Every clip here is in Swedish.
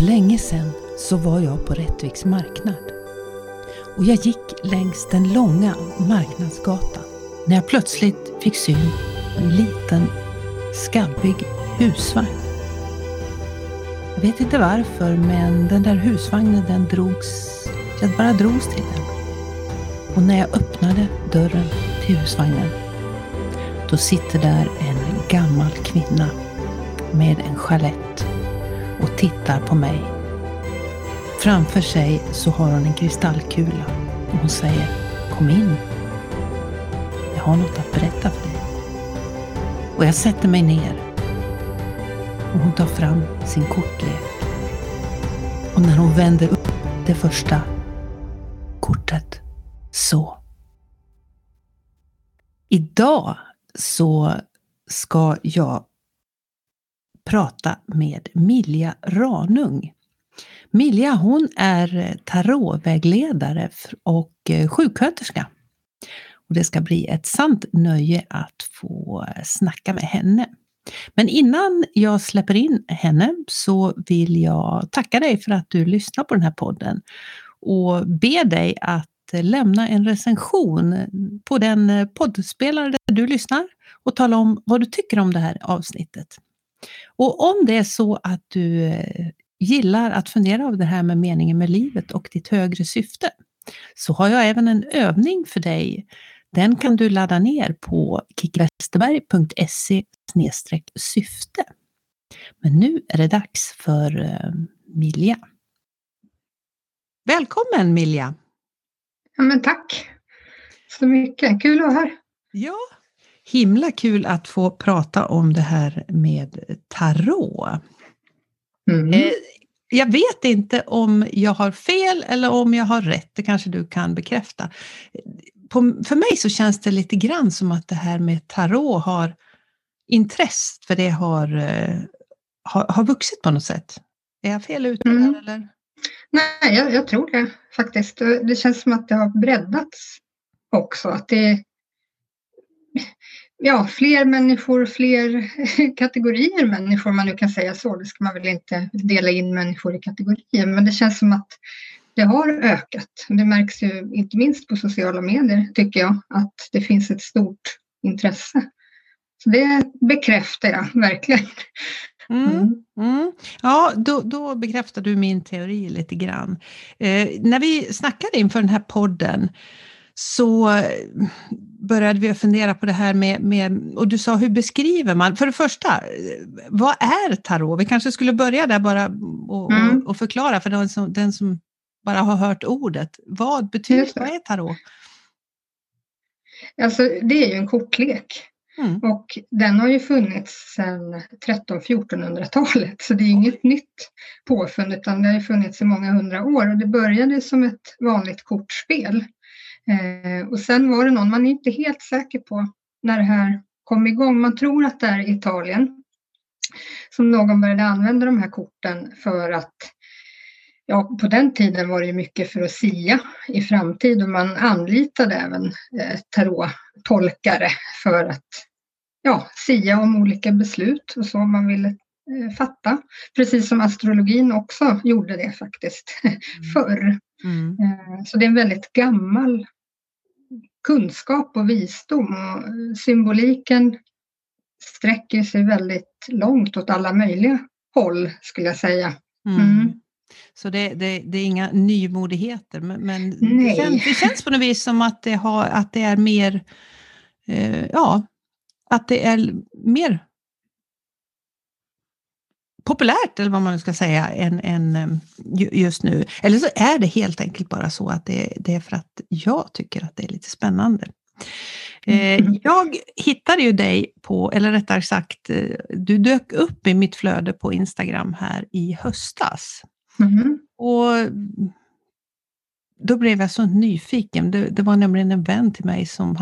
länge sedan så var jag på Rättviks marknad. Och jag gick längs den långa marknadsgatan när jag plötsligt fick syn en liten skabbig husvagn. Jag vet inte varför, men den där husvagnen jag bara drogs till den. Och när jag öppnade dörren till husvagnen, då sitter där en gammal kvinna med en chalett och tittar på mig. Framför sig så har hon en kristallkula och hon säger: kom in. Jag har något att berätta för dig. Och jag sätter mig ner och hon tar fram sin kortlek. Och när hon vänder upp det första kortet så. Idag så ska jag prata med Milja Ranung. Milja, hon är tarotvägledare och sjuksköterska. Och det ska bli ett sant nöje att få snacka med henne. Men innan jag släpper in henne så vill jag tacka dig för att du lyssnar på den här podden. Och be dig att lämna en recension på den poddspelare där du lyssnar. Och tala om vad du tycker om det här avsnittet. Och om det är så att du gillar att fundera över det här med meningen med livet och ditt högre syfte, så har jag även en övning för dig. Den kan du ladda ner på kikkiwesterberg.se/syfte. Men nu är det dags för Milja. Välkommen Milja! Ja, men tack så mycket. Kul att vara här. Ja, himla kul att få prata om det här med tarot. Jag vet inte om jag har fel eller om jag har rätt. Det kanske du kan bekräfta. För mig så känns det lite grann som att det här med tarot har intresse. För det har vuxit på något sätt. Är jag fel ute där eller? Nej, jag tror det faktiskt. Det känns som att det har breddats också. Att det fler människor, fler kategorier människor, man nu kan säga så. Det ska man väl inte dela in människor i kategorier. Men det känns som att det har ökat. Det märks ju inte minst på sociala medier tycker jag. Att det finns ett stort intresse. Så det bekräftar jag verkligen. Ja, då bekräftar du min teori lite grann. När vi snackade inför den här podden så började vi fundera på det här med och du sa, hur beskriver man? För det första, vad är tarot? Vi kanske skulle börja där bara och förklara för den som bara har hört ordet. Vad är tarot? Alltså det är ju en kortlek. Och den har ju funnits sedan 1300-1400-talet, så det är inget nytt påfund utan det har funnits i många hundra år och det började som ett vanligt kortspel. Och sen var det man är inte helt säker på när det här kom igång. Man tror att det är Italien som någon började använda de här korten för att, på den tiden var det ju mycket för att sia i framtid och man anlitade även tarottolkare för att sia om olika beslut och så man ville fatta. Precis som astrologin också gjorde det faktiskt förr. Så det är en väldigt gammal kunskap och visdom och symboliken sträcker sig väldigt långt åt alla möjliga håll skulle jag säga. Så det är inga nymodigheter men det känns på något vis som att det är mer att det är mer populärt eller vad man ska säga än just nu. Eller så är det helt enkelt bara så att det är för att jag tycker att det är lite spännande. Jag hittade ju dig eller rättare sagt, du dök upp i mitt flöde på Instagram här i höstas. Och då blev jag så nyfiken. Det var nämligen en vän till mig som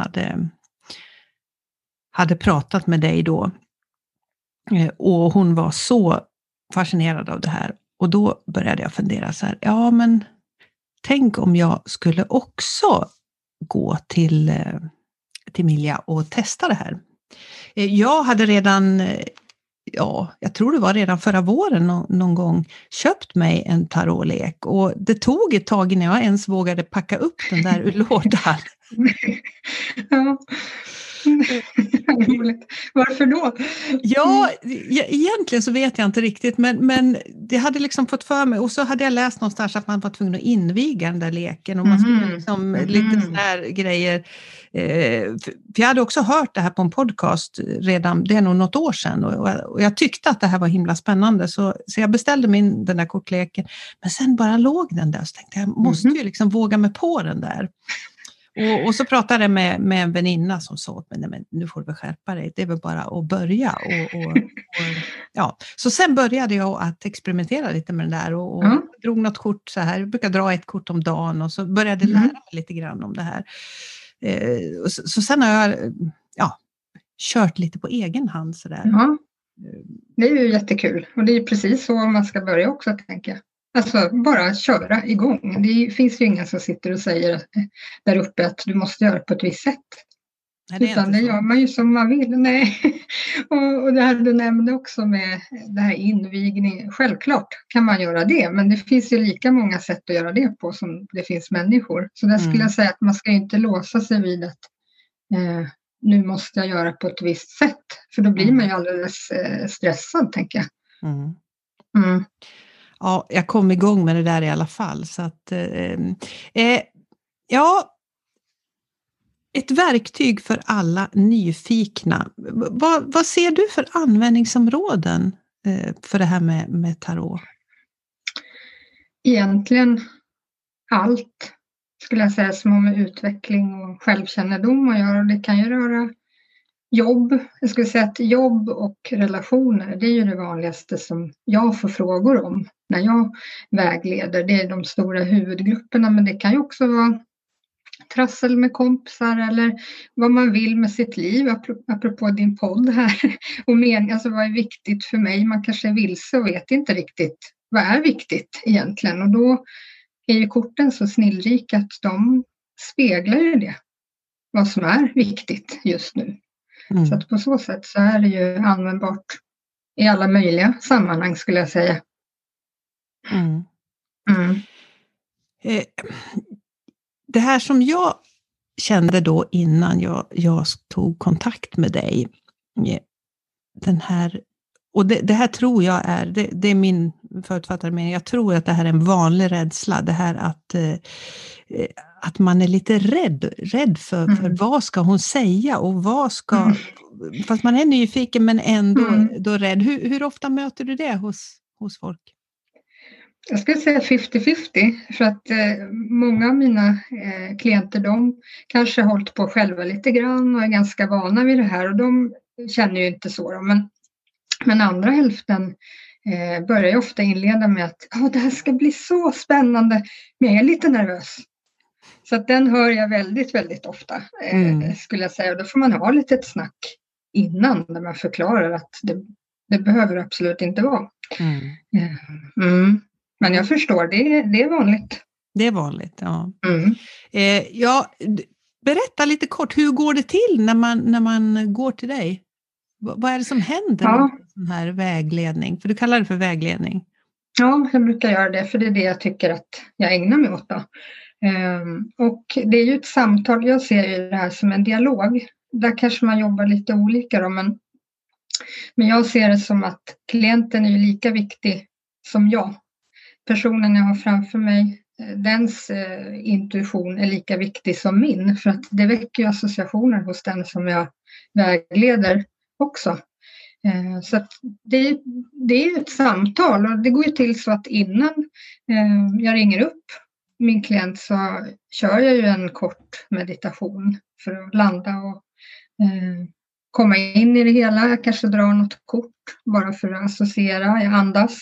hade pratat med dig då. Och hon var så fascinerad av det här. Och då började jag fundera så här. Men tänk om jag skulle också gå till Milja och testa det här. Jag hade redan jag tror det var redan förra våren någon gång, köpt mig en tarotlek. Och det tog ett tag innan jag ens vågade packa upp den där ur lådan. Ja. Varför då? Ja, egentligen så vet jag inte riktigt, men det hade liksom fått för mig, och så hade jag läst någonstans att man var tvungen att inviga den där leken, och man skulle liksom lite sådana här grejer, för jag hade också hört det här på en podcast redan, det är nog något år sedan, och jag tyckte att det här var himla spännande, så jag beställde den där kortleken, men sen bara låg den där, så tänkte jag måste ju liksom våga mig på den där. Och så pratade jag med en väninna som sa att men nu får du väl skärpa dig, det är väl bara att börja. Ja. Så sen började jag att experimentera lite med den där och drog något kort så här. Jag brukar dra ett kort om dagen, och så började jag lära mig lite grann om det här. Så sen har jag kört lite på egen hand så där. Ja. Det är ju jättekul, och det är precis så man ska börja också, tänker jag. Alltså bara köra igång. Det finns ju ingen som sitter och säger där uppe att du måste göra på ett visst sätt. Nej, utan det gör man ju som man vill. Nej. Och det här du nämnde också med det här invigning. Självklart kan man göra det, men det finns ju lika många sätt att göra det på som det finns människor. Så där skulle jag säga att man ska inte låsa sig vid att nu måste jag göra på ett visst sätt. För då blir man ju alldeles stressad, tänker jag. Ja, jag kom igång med det där i alla fall. Så att, ett verktyg för alla nyfikna. Vad ser du för användningsområden för det här med tarot? Egentligen allt, skulle jag säga, som har med utveckling och självkännedom att göra. Det kan ju röra jobb. Jag skulle säga att jobb och relationer, det är ju det vanligaste som jag får frågor om när jag vägleder. Det är de stora huvudgrupperna, men det kan ju också vara trassel med kompisar eller vad man vill med sitt liv, apropå din podd här. Och alltså vad är viktigt för mig? Man kanske är vilse och vet inte riktigt vad är viktigt egentligen. Och då är ju korten så snillrika att de speglar ju det, vad som är viktigt just nu. Så att på så sätt så är det ju användbart i alla möjliga sammanhang, skulle jag säga. Det här som jag kände då innan jag tog kontakt med dig, den här, och det här tror jag det är min förutfattade mening, jag tror att det här är en vanlig rädsla, det här att man är lite rädd för vad ska hon säga och vad ska, fast man är nyfiken men ändå då rädd. Hur ofta möter du det hos folk? Jag skulle säga 50-50, för att många av mina klienter, de kanske har hållit på själva lite grann och är ganska vana vid det här, och de känner ju inte så då, men andra hälften börjar ju ofta inleda med att det här ska bli så spännande, men jag är lite nervös. Så att den hör jag väldigt, väldigt ofta, skulle jag säga. Och då får man ha lite ett snack innan där man förklarar att det behöver absolut inte vara. Men jag förstår, det är vanligt. Det är vanligt, ja. Berätta lite kort, hur går det till när man går till dig? Vad är det som händer med sån här vägledning? För du kallar det för vägledning. Ja, jag brukar göra det, för det är det jag tycker att jag ägnar mig åt då. Och det är ju ett samtal, jag ser ju det här som en dialog. Där kanske man jobbar lite olika då, men jag ser det som att klienten är ju lika viktig som jag. Personen jag har framför mig, dens intuition är lika viktig som min, för att det väcker ju associationer hos den som jag vägleder också. Så att det är ju ett samtal, och det går ju till så att innan jag ringer upp min klient så kör jag ju en kort meditation för att landa och komma in i det hela. Jag kanske drar något kort bara för att associera, jag andas.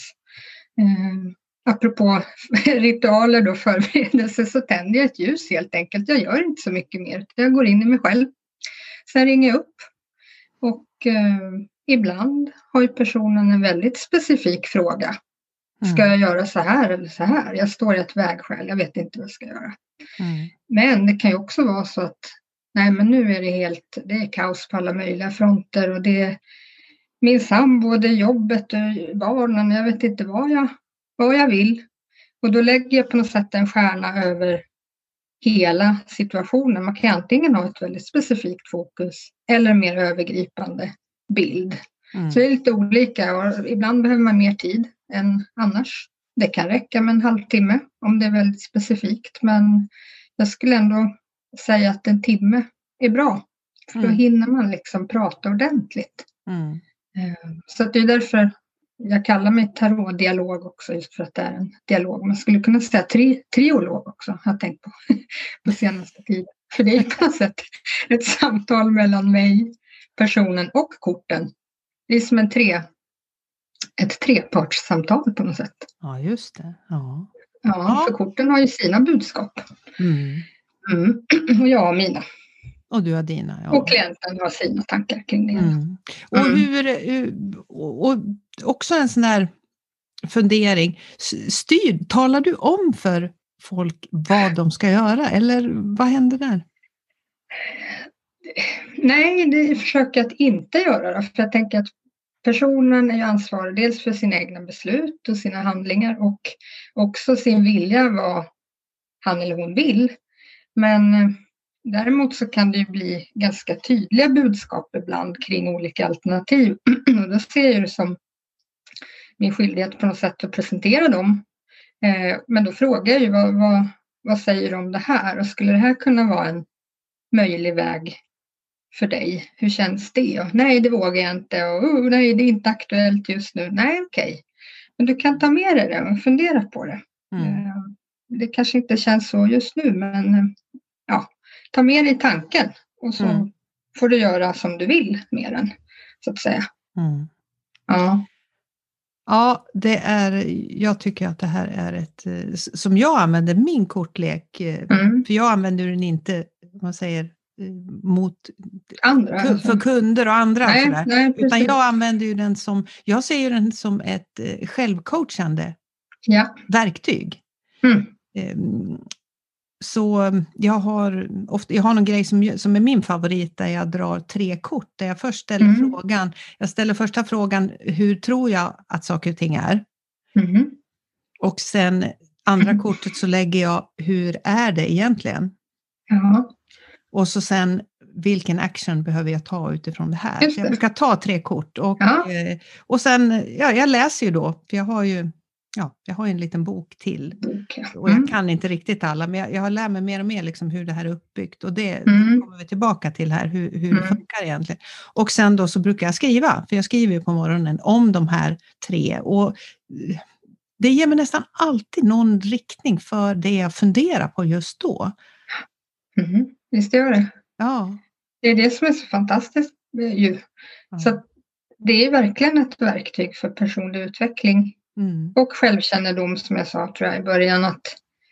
Apropå ritualer då, förberedelse, så tänder jag ett ljus helt enkelt. Jag gör inte så mycket mer. Jag går in i mig själv. Sen ringer jag upp, och ibland har ju personen en väldigt specifik fråga. Ska jag göra så här eller så här? Jag står i ett vägskäl, jag vet inte vad jag ska göra. Men det kan ju också vara så att nej, men nu är det är kaos på alla möjliga fronter, och min sambo, det jobbet, barnen, jag vet inte vad jag vill. Och då lägger jag på något sätt en stjärna över hela situationen. Man kan antingen ha ett väldigt specifikt fokus eller mer övergripande bild. Så det är lite olika och ibland behöver man mer tid än annars. Det kan räcka med en halvtimme om det är väldigt specifikt, men jag skulle ändå säga att en timme är bra. För då hinner man liksom prata ordentligt. Så det är därför jag kallar mig tarotdialog också, just för att det är en dialog. Man skulle kunna säga triolog också, har jag tänkt på senaste tiden. För det är på något sätt ett samtal mellan mig, personen och korten. Det är som ett trepartssamtal på något sätt. Ja, just det. Ja, för korten har ju sina budskap. Och jag har mina. Och du har dina, ja. Och klienten har sina tankar kring det. Och också en sån här fundering. Talar du om för folk vad de ska göra? Eller vad händer där? Nej, det försöker jag att inte göra. För jag tänker att personen är ju ansvarig dels för sina egna beslut och sina handlingar. Och också sin vilja vad han eller hon vill. Men däremot så kan det ju bli ganska tydliga budskap ibland kring olika alternativ. Och då ser jag det som min skyldighet på något sätt att presentera dem. Men då frågar jag ju vad säger du om det här? Och skulle det här kunna vara en möjlig väg för dig? Hur känns det? Och, nej, det vågar jag inte. Och nej, det är inte aktuellt just nu. Nej, okej. Men du kan ta med dig det och fundera på det. Det kanske inte känns så just nu, men ja, ta med dig tanken och så får du göra som du vill med den, så att säga. Ja, jag tycker att det här är ett, som jag använder min kortlek, för jag använder den inte, man säger, mot andra, för kunder och andra, nej, utan jag använder ju den som, jag ser ju den som ett självcoachande verktyg. Så jag har någon grej som är min favorit, där jag drar 3 kort, där jag först ställer frågan. Jag ställer första frågan, hur tror jag att saker och ting är? Och sen andra kortet så lägger jag, hur är det egentligen? Och så sen, vilken action behöver jag ta utifrån det här? Så jag brukar ta 3 kort och sen, jag läser ju då, för jag har en liten bok till. Och jag kan inte riktigt alla, men jag har lärt mig mer och mer liksom hur det här är uppbyggt. Och det kommer vi tillbaka till här, hur det funkar egentligen. Och sen då så brukar jag skriva, för jag skriver ju på morgonen om de här 3. Och det ger mig nästan alltid någon riktning för det jag funderar på just då. Visst gör det. Ja. Det är det som är så fantastiskt ju. Så det är verkligen ett verktyg för personlig utveckling. Och självkännedom, som jag sa tror jag i början, att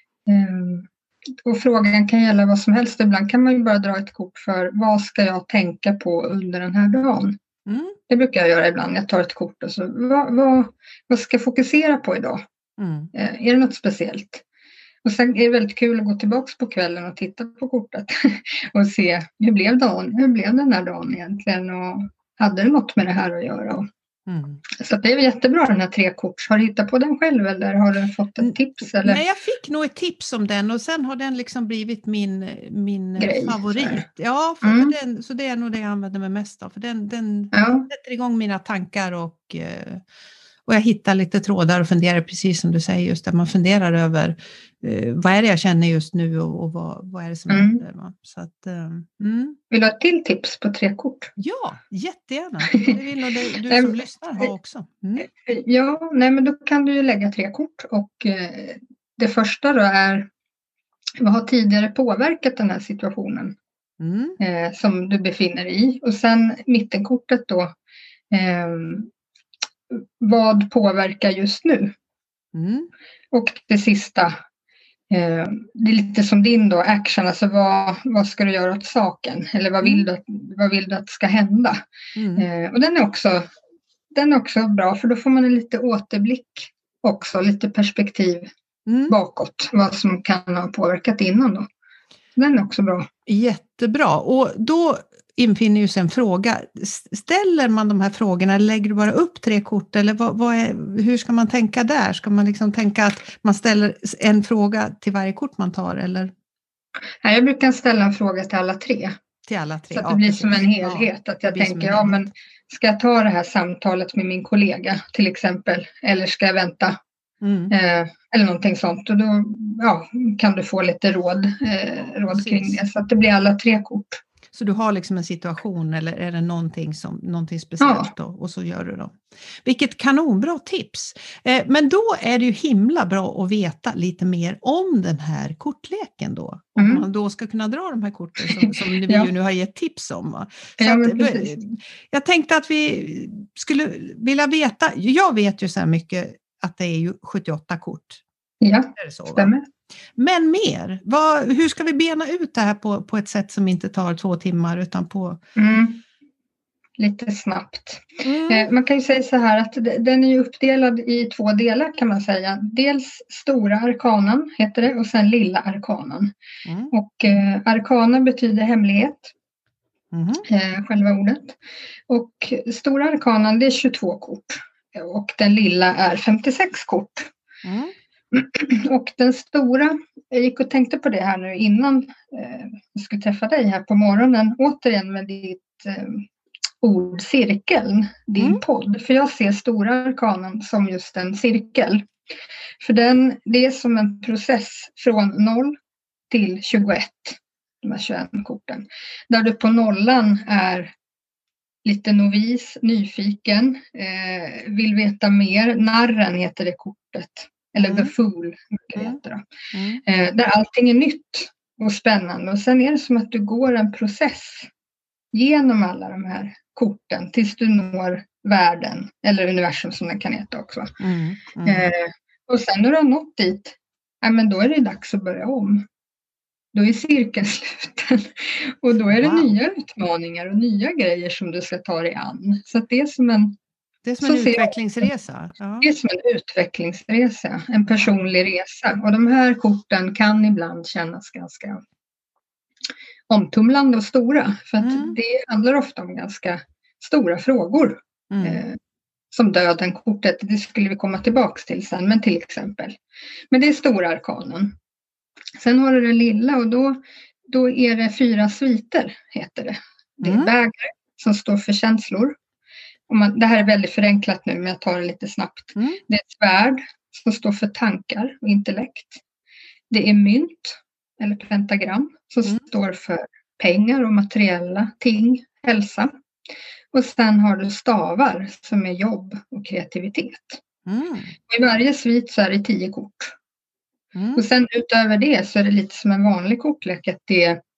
och frågan kan gälla vad som helst. Ibland kan man ju bara dra ett kort för vad ska jag tänka på under den här dagen. Det brukar jag göra ibland. Jag tar ett kort och så vad ska jag fokusera på idag? Är det något speciellt? Och sen är det väldigt kul att gå tillbaka på kvällen och titta på kortet och se hur blev den här dagen egentligen, och hade det något med det här att göra? Så det är jättebra, den här 3 kort. Har du hittat på den själv eller har du fått ett tips? Eller? Nej, jag fick nog ett tips om den och sen har den liksom blivit min favorit. Ja, så det är nog det jag använder mig mest av. För den sätter igång mina tankar och jag hittar lite trådar och funderar, precis som du säger, just att man funderar över vad är det jag känner just nu och vad är det som händer. Så att, Vill du ha ett till tips på 3 kort? Ja, jättegärna. Det vill nog du som lyssnar ha också. Ja, nej, men då kan du ju lägga 3 kort och det första då är, vad har tidigare påverkat den här situationen som du befinner i? Och sen mittenkortet då, vad påverkar just nu? Och det sista, det är lite som din då, action, alltså vad ska du göra åt saken? Eller vad vill du att ska hända? Och den är också bra, för då får man en lite återblick också, lite perspektiv bakåt, vad som kan ha påverkat innan då. Den är också bra. Jättebra, och då infinner ju sig en fråga. Ställer man de här frågorna eller lägger du bara upp 3 kort? Eller hur ska man tänka där? Ska man liksom tänka att man ställer en fråga till varje kort man tar? Eller? Jag brukar ställa en fråga till alla 3. Till alla 3, så att det blir som en helhet. Att jag tänker, men ska jag ta det här samtalet med min kollega till exempel? Eller ska jag vänta? Eller någonting sånt. Och då kan du få lite råd kring det. Så att det blir alla 3 kort. Så du har liksom en situation eller är det någonting speciellt då, och så gör du då. Vilket kanonbra tips. Men då är det ju himla bra att veta lite mer om den här kortleken då. Om man då ska kunna dra de här korten som vi ju nu har gett tips om. Va? Så jag tänkte att vi skulle vilja veta, jag vet ju så här mycket att det är ju 78 kort. Ja, är det så, stämmer. Men mer, hur ska vi bena ut det här på ett sätt som inte tar 2 timmar utan på... Lite snabbt. Man kan ju säga så här att den är ju uppdelad i 2 delar kan man säga. Dels stora arkanan heter det och sen lilla arkanan. Och arkana betyder hemlighet. Själva ordet. Och stora arkanan det är 22 kort. Och den lilla är 56 kort. Och den stora, jag gick och tänkte på det här nu innan jag skulle träffa dig här på morgonen. Återigen med ditt ord cirkeln, din podd. För jag ser stora arkanen som just en cirkel. För det är som en process från 0 till 21. De här 21 korten. Där du på nollan är lite novis, nyfiken, vill veta mer. Narren heter det kortet. Eller the fool, heter det. Där allting är nytt och spännande. Och sen är det som att du går en process genom alla de här korten tills du når världen. Eller universum som den kan heta också. Och sen när du har nått dit, men då är det dags att börja om. Då är cirkeln sluten. Och då är det nya utmaningar och nya grejer som du ska ta dig an. Så att det är som en... Det är som en utvecklingsresa. Ja. Det är som en utvecklingsresa, en personlig resa. Och de här korten kan ibland kännas ganska omtumlande och stora. För att det handlar ofta om ganska stora frågor. Som döden-kortet, det skulle vi komma tillbaka till sen, men till exempel. Men det är stora arkanen. Sen har du det lilla och då är det 4 sviter, heter det. Det är bägare som står för känslor. Det här är väldigt förenklat nu, men jag tar det lite snabbt. Det är ett svärd som står för tankar och intellekt. Det är mynt, eller pentagram, som står för pengar och materiella ting, hälsa. Och sen har du stavar som är jobb och kreativitet. I varje svit så är det 10 kort. Och sen utöver det så är det lite som en vanlig kortlek, att det är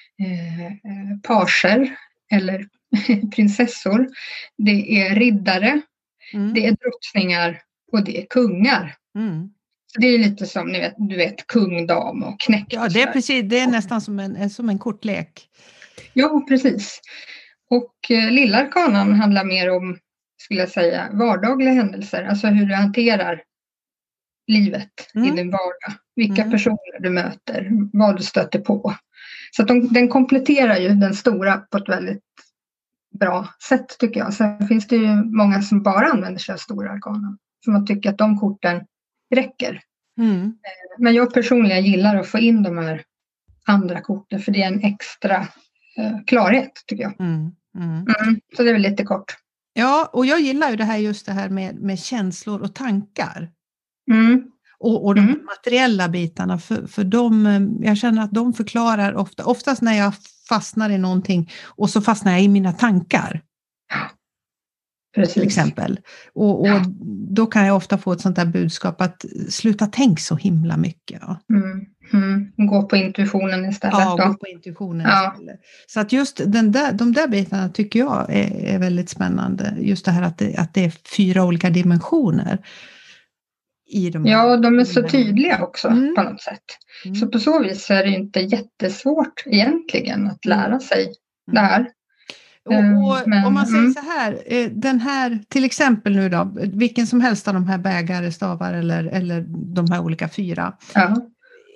parser eller prinsessor, det är riddare, det är drottningar och det är kungar. Så det är lite som du vet kung, dam och knäckt. Ja, det är precis, det är nästan som en kortlek. Ja, precis. Och lilla arkanan handlar mer om, skulle jag säga, vardagliga händelser, alltså hur du hanterar livet i din vardag. Vilka personer du möter, vad du stöter på. Så att den kompletterar ju den stora på ett väldigt bra sätt tycker jag. Sen finns det ju många som bara använder sig av stora arkanen. För man tycker att de korten räcker. Men jag personligen gillar att få in de här andra korten. För det är en extra klarhet tycker jag. Så det är väl lite kort. Ja, och jag gillar ju just det här med känslor och tankar. Och de materiella bitarna, för jag känner att de förklarar oftast när jag fastnar i någonting och så fastnar jag i mina tankar. Precis. Till exempel. Och då kan jag ofta få ett sånt där budskap att sluta tänk så himla mycket. Ja. Gå på intuitionen istället. Ja, gå på intuitionen istället. Så att just de där bitarna tycker jag är väldigt spännande. Just det här att det är 4 olika dimensioner. Ja, de är så tydliga också på något sätt. Så på så vis är det inte jättesvårt egentligen att lära sig det här. Och om man säger så här, den här till exempel nu då, vilken som helst av de här bägare, stavar eller de här olika 4.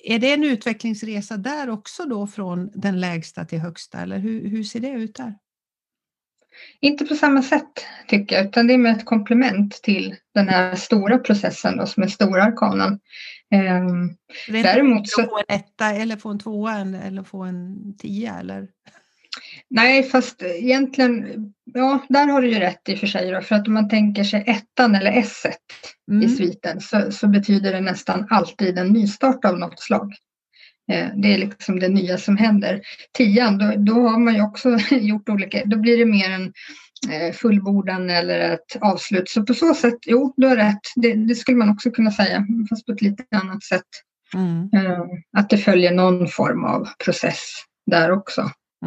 är det en utvecklingsresa där också då från den lägsta till högsta? Eller hur ser det ut där? Inte på samma sätt tycker jag, utan det är med ett komplement till den här stora processen då, som är stora arkanen. Det är däremot så... Att få en 1 eller få en 2 eller få en 10 eller? Nej, fast egentligen, ja, där har du ju rätt i och för sig då, för att om man tänker sig 1 eller S1 i sviten så betyder det nästan alltid en nystart av något slag. Det är liksom det nya som händer. 10, då har man ju också gjort olika, då blir det mer en fullbordan eller ett avslut. Så på så sätt, jo, du har rätt. Det skulle man också kunna säga, fast på ett lite annat sätt. Att det följer någon form av process där också.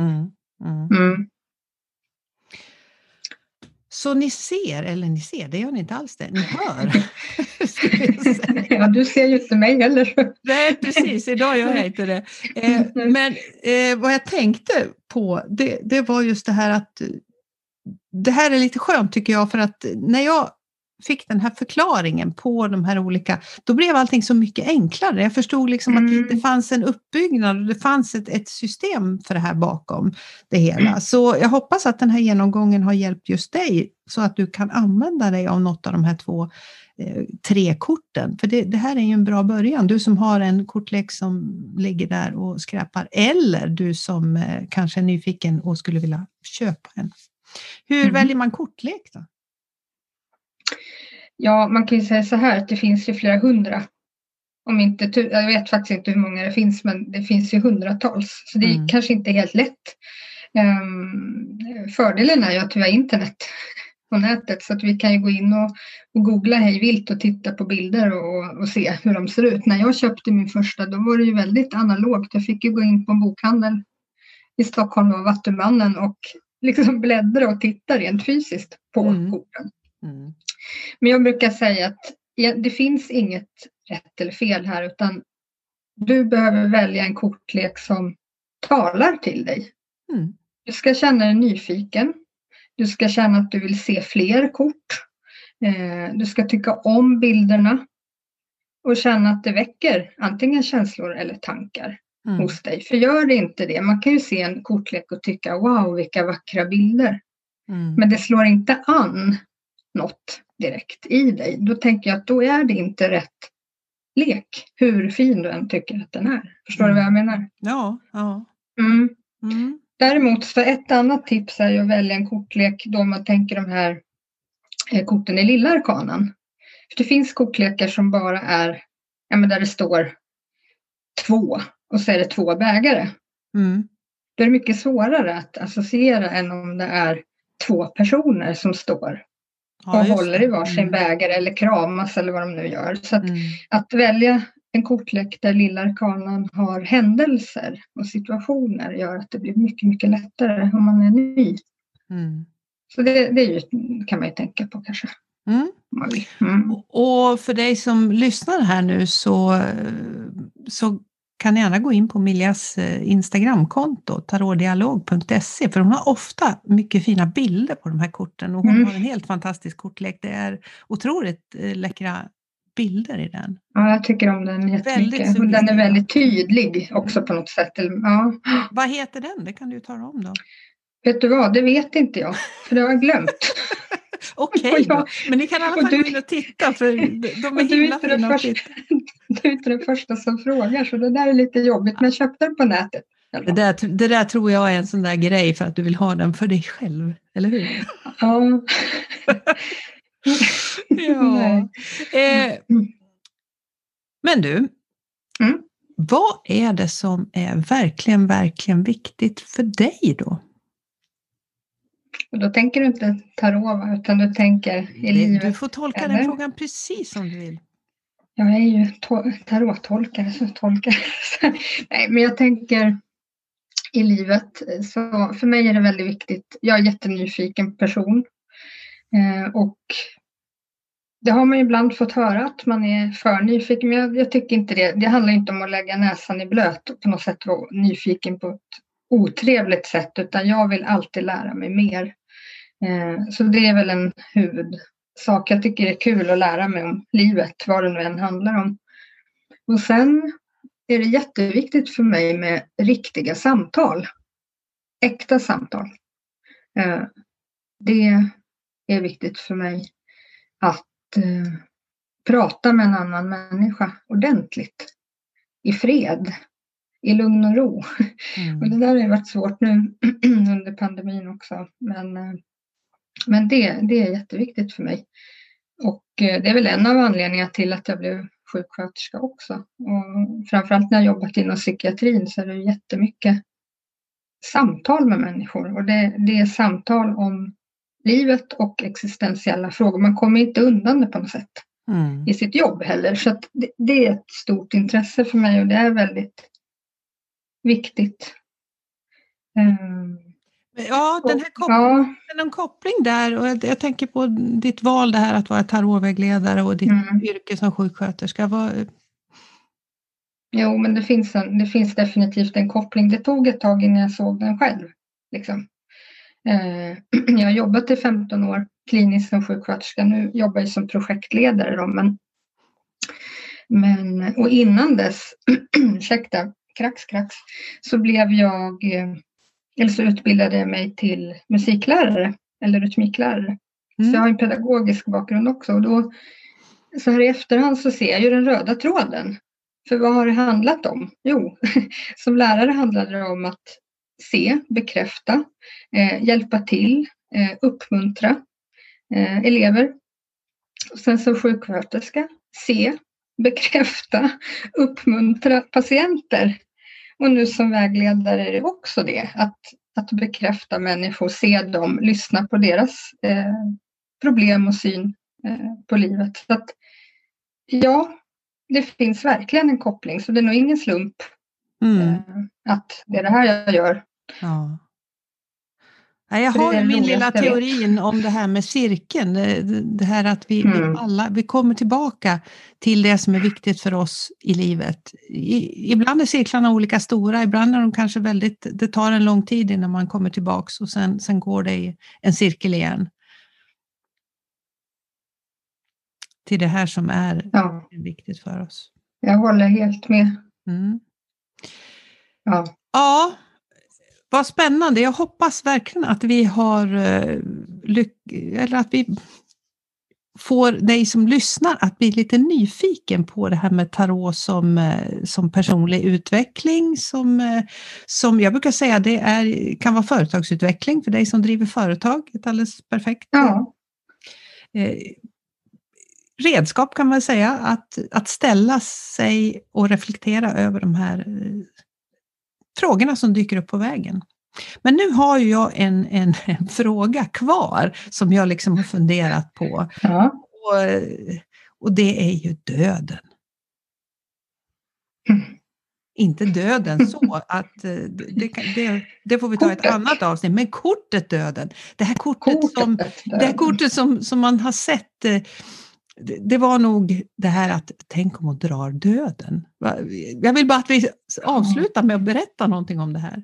Så ni ser, det gör ni inte alls det, ni hör. Ja, du ser ju inte mig heller. Nej, precis, idag gör jag inte det. Men vad jag tänkte på, det var just det här att det här är lite skönt tycker jag, för att när jag fick den här förklaringen på de här olika, då blev allting så mycket enklare. Jag förstod liksom att det fanns en uppbyggnad och det fanns ett system för det här bakom det hela. Så jag hoppas att den här genomgången har hjälpt just dig så att du kan använda dig av något av de här 3 korten. För det här är ju en bra början. Du som har en kortlek som ligger där och skräpar, eller du som kanske är nyfiken och skulle vilja köpa en. Hur väljer man kortlek då? Ja, man kan ju säga så här att det finns ju flera hundra. Om inte, jag vet faktiskt inte hur många det finns, men det finns ju hundratals. Så det är kanske inte helt lätt. Fördelen är ju att vi har internet på nätet, så att vi kan ju gå in och googla hej vilt och titta på bilder och se hur de ser ut. När jag köpte min första, då var det ju väldigt analogt. Jag fick ju gå in på en bokhandel i Stockholm och Vattumannen och liksom bläddra och titta rent fysiskt på korten. Men jag brukar säga att det finns inget rätt eller fel här, utan du behöver välja en kortlek som talar till dig. Du ska känna dig nyfiken. Du ska känna att du vill se fler kort. Du ska tycka om bilderna och känna att det väcker antingen känslor eller tankar hos dig. För gör det inte det, man kan ju se en kortlek och tycka wow, vilka vackra bilder. Men det slår inte an något direkt i dig. Då tänker jag att då är det inte rätt lek, hur fin du än tycker att den är. Förstår du vad jag menar? Ja. Däremot så ett annat tips är ju att välja en kortlek då man tänker de här korten i lilla arkanen. För det finns kortlekar som bara är, där det står 2 och så är det 2 bägare. Då är det mycket svårare att associera än om det är 2 personer som står och håller i varsin bägare eller kramas eller vad de nu gör. Så att välja en kortlek där lilla arkanen har händelser och situationer gör att det blir mycket, mycket lättare om man är ny. Så det är ju, kan man ju tänka på kanske. Och för dig som lyssnar här nu så kan ni gärna gå in på Miljas Instagramkonto, tarotdialog.se, för hon har ofta mycket fina bilder på de här korten och hon har en helt fantastisk kortlek. Det är otroligt läckra bilder i den. Ja, jag tycker om den jättemycket. Och den är väldigt tydlig också på något sätt. Ja. Vad heter den? Det kan du tala om då. Vet du vad, det vet inte jag, för det har jag glömt. Okej, men ni kan i alla fall gå in och titta, för de är himla fina att titta. Du är inte den första som frågar, så det där är lite jobbigt, men jag köpte den på nätet. Det där tror jag är en sån där grej för att du vill ha den för dig själv, eller hur? Ja. Ja. Men du, vad är det som är verkligen, verkligen viktigt för dig då? Och då tänker du inte tarot, utan du tänker i livet. Du får tolka den frågan precis som du vill. Jag är ju tarottolkare, så tolkar. Nej, men jag tänker i livet, så för mig är det väldigt viktigt. Jag är en jättenyfiken person. Och det har man ibland fått höra att man är för nyfiken, men jag tycker inte det. Det handlar inte om att lägga näsan i blöt och på något sätt vara nyfiken på ett otrevligt sätt, utan jag vill alltid lära mig mer. Så det är väl en huvudsak. Jag tycker det är kul att lära mig om livet, vad det nu än handlar om. Och sen är det jätteviktigt för mig med riktiga samtal. Äkta samtal. Det är viktigt för mig att prata med en annan människa ordentligt. I fred. I lugn och ro. Och det där har ju varit svårt nu under pandemin också. Men det är jätteviktigt för mig. Och det är väl en av anledningarna till att jag blev sjuksköterska också. Och framförallt när jag jobbat inom psykiatrin så är det jättemycket samtal med människor. Och det är samtal om livet och existentiella frågor. Man kommer inte undan det på något sätt i sitt jobb heller. Så att det är ett stort intresse för mig och det är väldigt viktigt. Ja, den här en koppling där och jag tänker på ditt val det här att vara tarotvägledare och ditt yrke som sjuksköterska. Jo, men det finns definitivt en koppling. Det tog ett tag innan jag såg den själv. Liksom. Jag har jobbat i 15 år kliniskt som sjuksköterska. Nu jobbar jag som projektledare då, men och innan dess, ursäkta, krax, så blev så utbildade jag mig till musiklärare eller rytmiklärare. Så jag har en pedagogisk bakgrund också och då så här i efterhand så ser jag ju den röda tråden. För vad har det handlat om? Jo, som lärare handlade det om att se, bekräfta, hjälpa till, uppmuntra elever. Och sen som sjuksköterska, se, bekräfta, uppmuntra patienter. Och nu som vägledare är det också det, att bekräfta människor, se dem, lyssna på deras problem och syn på livet. Så att, ja, det finns verkligen en koppling, så det är nog ingen slump att det är det här jag gör. Ja. Jag har ju min lilla teorin om det här med cirkeln. Det här att vi kommer tillbaka till det som är viktigt för oss i livet. Ibland är cirklarna olika stora, ibland är de kanske det tar en lång tid innan man kommer tillbaks och sen går det i en cirkel igen. Till det här som är viktigt för oss. Jag håller helt med. Ja. Vad spännande. Jag hoppas verkligen att vi har eller att vi får dig som lyssnar att bli lite nyfiken på det här med tarot som personlig utveckling. Som jag brukar säga, kan vara företagsutveckling för dig som driver företag. Ett alldeles perfekt redskap kan man säga. Att ställa sig och reflektera över de här frågorna som dyker upp på vägen. Men nu har ju jag en fråga kvar som jag liksom har funderat på. Ja. Och det är ju döden. Inte döden så att det får vi ta ett annat avsnitt. Men kortet döden. Det här kortet som man har sett. Det var nog det här att tänk om och drar döden. Jag vill bara att vi avslutar med att berätta någonting om det här.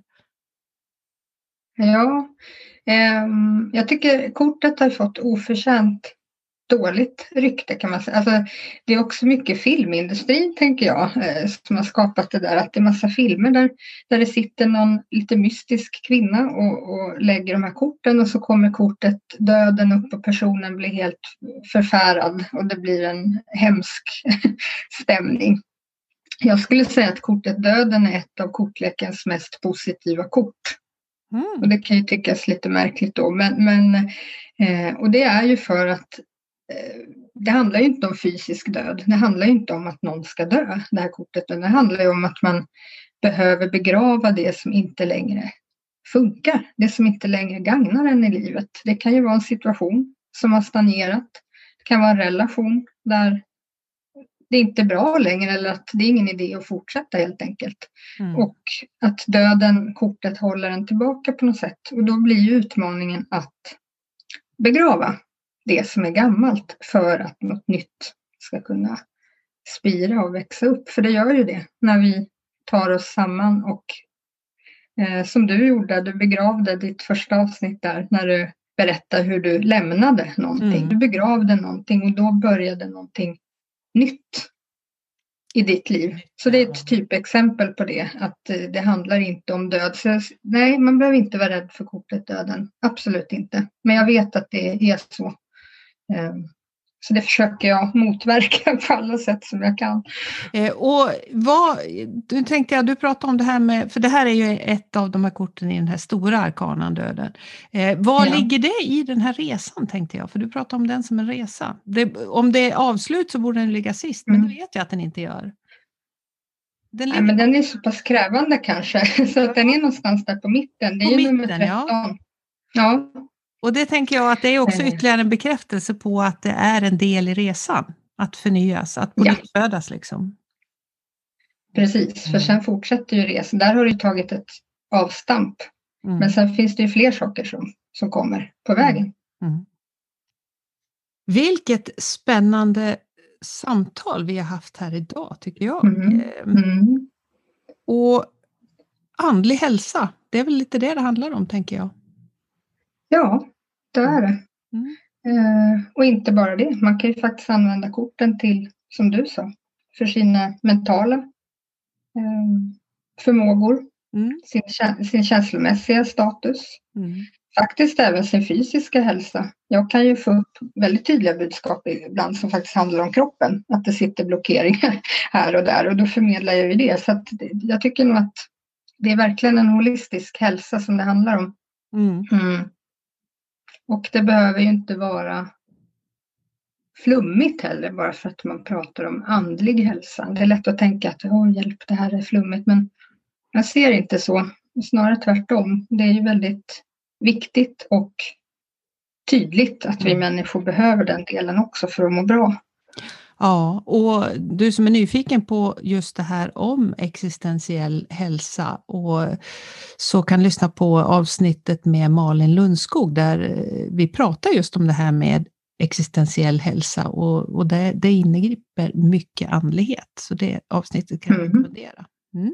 Ja, jag tycker kortet har fått oförtjänt dåligt rykte kan man säga. Alltså, det är också mycket filmindustrin tänker jag som har skapat det där. Att det är massa filmer där det sitter någon lite mystisk kvinna och lägger de här korten och så kommer kortet döden upp och personen blir helt förfärad och det blir en hemsk stämning. Jag skulle säga att kortet döden är ett av kortlekens mest positiva kort. Och det kan ju tyckas lite märkligt då. Och det är ju för att det handlar ju inte om fysisk död. Det handlar ju inte om att någon ska dö, det här kortet. Det handlar ju om att man behöver begrava det som inte längre funkar. Det som inte längre gagnar en i livet. Det kan ju vara en situation som har stagnerat. Det kan vara en relation där det inte är bra längre eller att det är ingen idé att fortsätta helt enkelt. Och att döden, kortet håller en tillbaka på något sätt. Och då blir ju utmaningen att begrava det som är gammalt för att något nytt ska kunna spira och växa upp. För det gör ju det när vi tar oss samman och som du gjorde, du begravde ditt första avsnitt där när du berättade hur du lämnade någonting. Du begravde någonting och då började någonting nytt. i ditt liv. Så det är ett typexempel på det, att det handlar inte om död. Så nej, man behöver inte vara rädd för kortet döden. Absolut inte. Men jag vet att det är så. Så det försöker jag motverka på alla sätt som jag kan. Och du pratade om det här med, för det här är ju ett av de här korten i den här stora arkanan döden. Vad ligger det i den här resan, tänkte jag? För du pratade om den som en resa. Om det är avslut så borde den ligga sist, men det vet jag att den inte gör. Nej, men den är så pass krävande kanske, så att den är någonstans där på mitten. Det är ju nummer 13. Ja. Och det tänker jag att det är också ytterligare en bekräftelse på att det är en del i resan. Att förnyas, att på nytt födas liksom. Precis, för sen fortsätter ju resan. Där har du tagit ett avstamp. Men sen finns det ju fler saker som kommer på vägen. Vilket spännande samtal vi har haft här idag, tycker jag. Och andlig hälsa, det är väl lite det handlar om, tänker jag. Ja, det är det. Och inte bara det. Man kan ju faktiskt använda korten till, som du sa, för sina mentala förmågor, sin känslomässiga status. Faktiskt även sin fysiska hälsa. Jag kan ju få upp väldigt tydliga budskap ibland som faktiskt handlar om kroppen. Att det sitter blockeringar här och där, och då förmedlar jag ju det. Så att jag tycker nog att det är verkligen en holistisk hälsa som det handlar om. Och det behöver ju inte vara flummigt heller, bara för att man pratar om andlig hälsa. Det är lätt att tänka att hjälp, det här är flummigt, men jag ser inte så. Snarare tvärtom. Det är ju väldigt viktigt och tydligt att vi människor behöver den delen också för att må bra. Ja, och du som är nyfiken på just det här om existentiell hälsa, och så kan lyssna på avsnittet med Malin Lundskog där vi pratar just om det här med existentiell hälsa, och det inbegriper mycket andlighet, så det avsnittet kan jag rekommendera.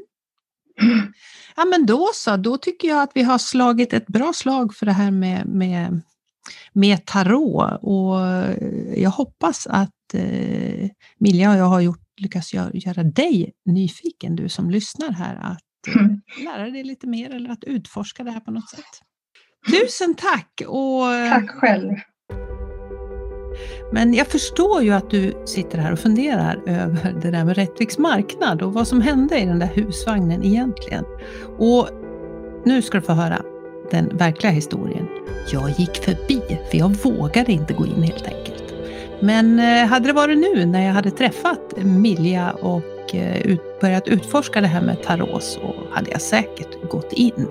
Ja, men då tycker jag att vi har slagit ett bra slag för det här med tarot, och jag hoppas att Milja och jag har lyckats göra dig nyfiken, du som lyssnar här, att lära dig lite mer eller att utforska det här på något sätt. Tusen tack! Tack själv! Men jag förstår ju att du sitter här och funderar över det där med Rättviks marknad och vad som hände i den där husvagnen egentligen. Och nu ska du få höra den verkliga historien. Jag gick förbi, för jag vågade inte gå in helt enkelt. Men hade det varit nu när jag hade träffat Milja och börjat utforska det här med tarot, så hade jag säkert gått in.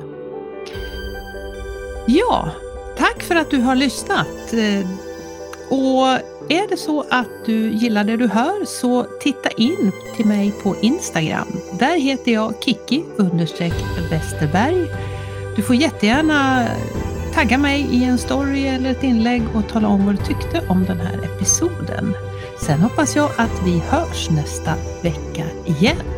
Ja, tack för att du har lyssnat. Och är det så att du gillar det du hör, så titta in till mig på Instagram. Där heter jag Kiki_Westerberg. Du får jättegärna tagga mig i en story eller ett inlägg och tala om vad du tyckte om den här episoden. Sen hoppas jag att vi hörs nästa vecka igen.